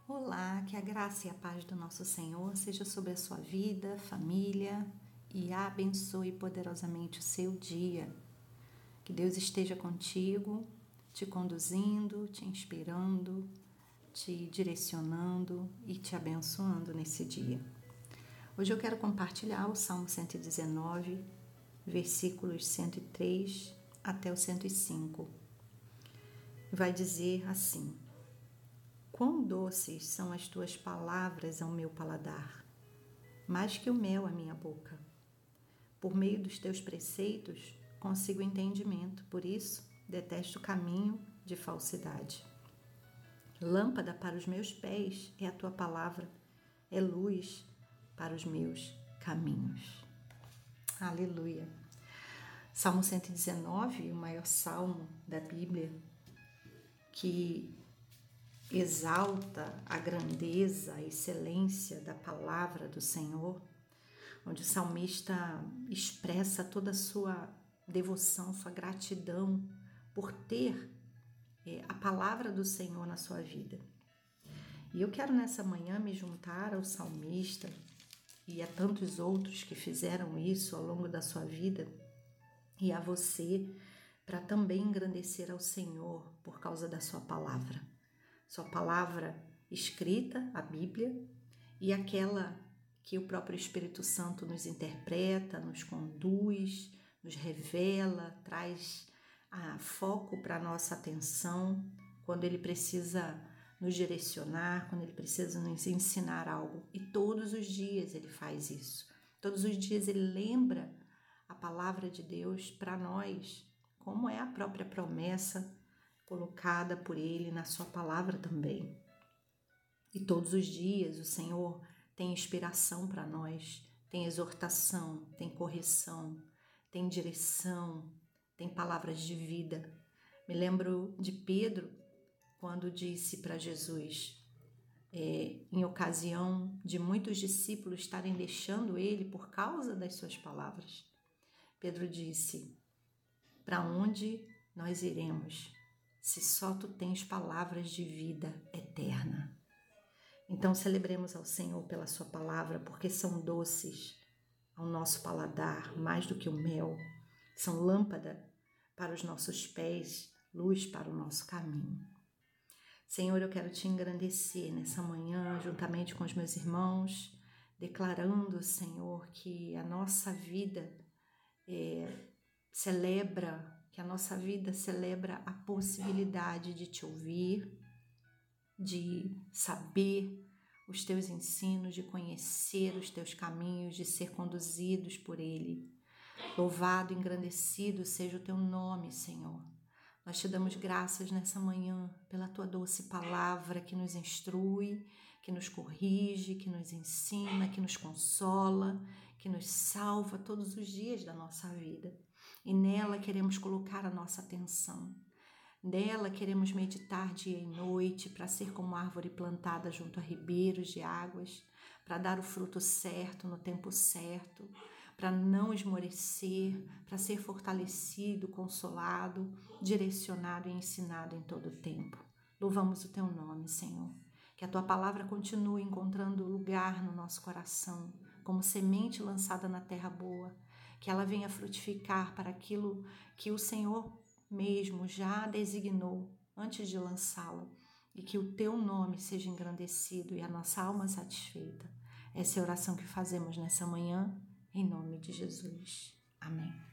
Olá, que a graça e a paz do nosso Senhor seja sobre a sua vida, família e abençoe poderosamente o seu dia. Que Deus esteja contigo, te conduzindo, te inspirando, te direcionando e te abençoando nesse dia. Hoje eu quero compartilhar o Salmo 119, versículos 103 até o 105. Vai dizer assim: Quão doces são as tuas palavras ao meu paladar, mais que o mel à minha boca. Por meio dos teus preceitos consigo entendimento, por isso detesto o caminho de falsidade. Lâmpada para os meus pés é a tua palavra, é luz para os meus caminhos. Aleluia! Salmo 119, o maior salmo da Bíblia, que exalta a grandeza, a excelência da palavra do Senhor, onde o salmista expressa toda a sua devoção, sua gratidão por ter a palavra do Senhor na sua vida. E eu quero nessa manhã me juntar ao salmista e a tantos outros que fizeram isso ao longo da sua vida e a você para também engrandecer ao Senhor por causa da sua palavra. Sua palavra escrita, a Bíblia, e aquela que o próprio Espírito Santo nos interpreta, nos conduz, nos revela, traz foco para a nossa atenção, quando Ele precisa nos direcionar, quando Ele precisa nos ensinar algo. E todos os dias Ele faz isso. Todos os dias Ele lembra a palavra de Deus para nós, como é a própria promessa colocada por Ele na sua palavra também. E todos os dias o Senhor tem inspiração para nós, tem exortação, tem correção, tem direção, tem palavras de vida. Me lembro de Pedro, quando disse para Jesus, em ocasião de muitos discípulos estarem deixando ele por causa das suas palavras. Pedro disse: para onde nós iremos, se só tu tens palavras de vida eterna? Então celebremos ao Senhor pela sua palavra, porque são doces ao nosso paladar, mais do que o mel. São lâmpada para os nossos pés, luz para o nosso caminho. Senhor, eu quero te engrandecer nessa manhã, juntamente com os meus irmãos, declarando, Senhor, que a nossa vida celebra a possibilidade de te ouvir, de saber os teus ensinos, de conhecer os teus caminhos, de ser conduzidos por Ele. Louvado, engrandecido seja o teu nome, Senhor. Nós te damos graças nessa manhã pela tua doce palavra que nos instrui, que nos corrige, que nos ensina, que nos consola, que nos salva todos os dias da nossa vida. E nela queremos colocar a nossa atenção. Nela queremos meditar dia e noite para ser como árvore plantada junto a ribeiros de águas, para dar o fruto certo no tempo certo, para não esmorecer, para ser fortalecido, consolado, direcionado e ensinado em todo o tempo. Louvamos o teu nome, Senhor. Que a tua palavra continue encontrando lugar no nosso coração, como semente lançada na terra boa, que ela venha frutificar para aquilo que o Senhor mesmo já designou antes de lançá-la, e que o teu nome seja engrandecido e a nossa alma satisfeita. Essa é a oração que fazemos nessa manhã, em nome de Jesus. Amém.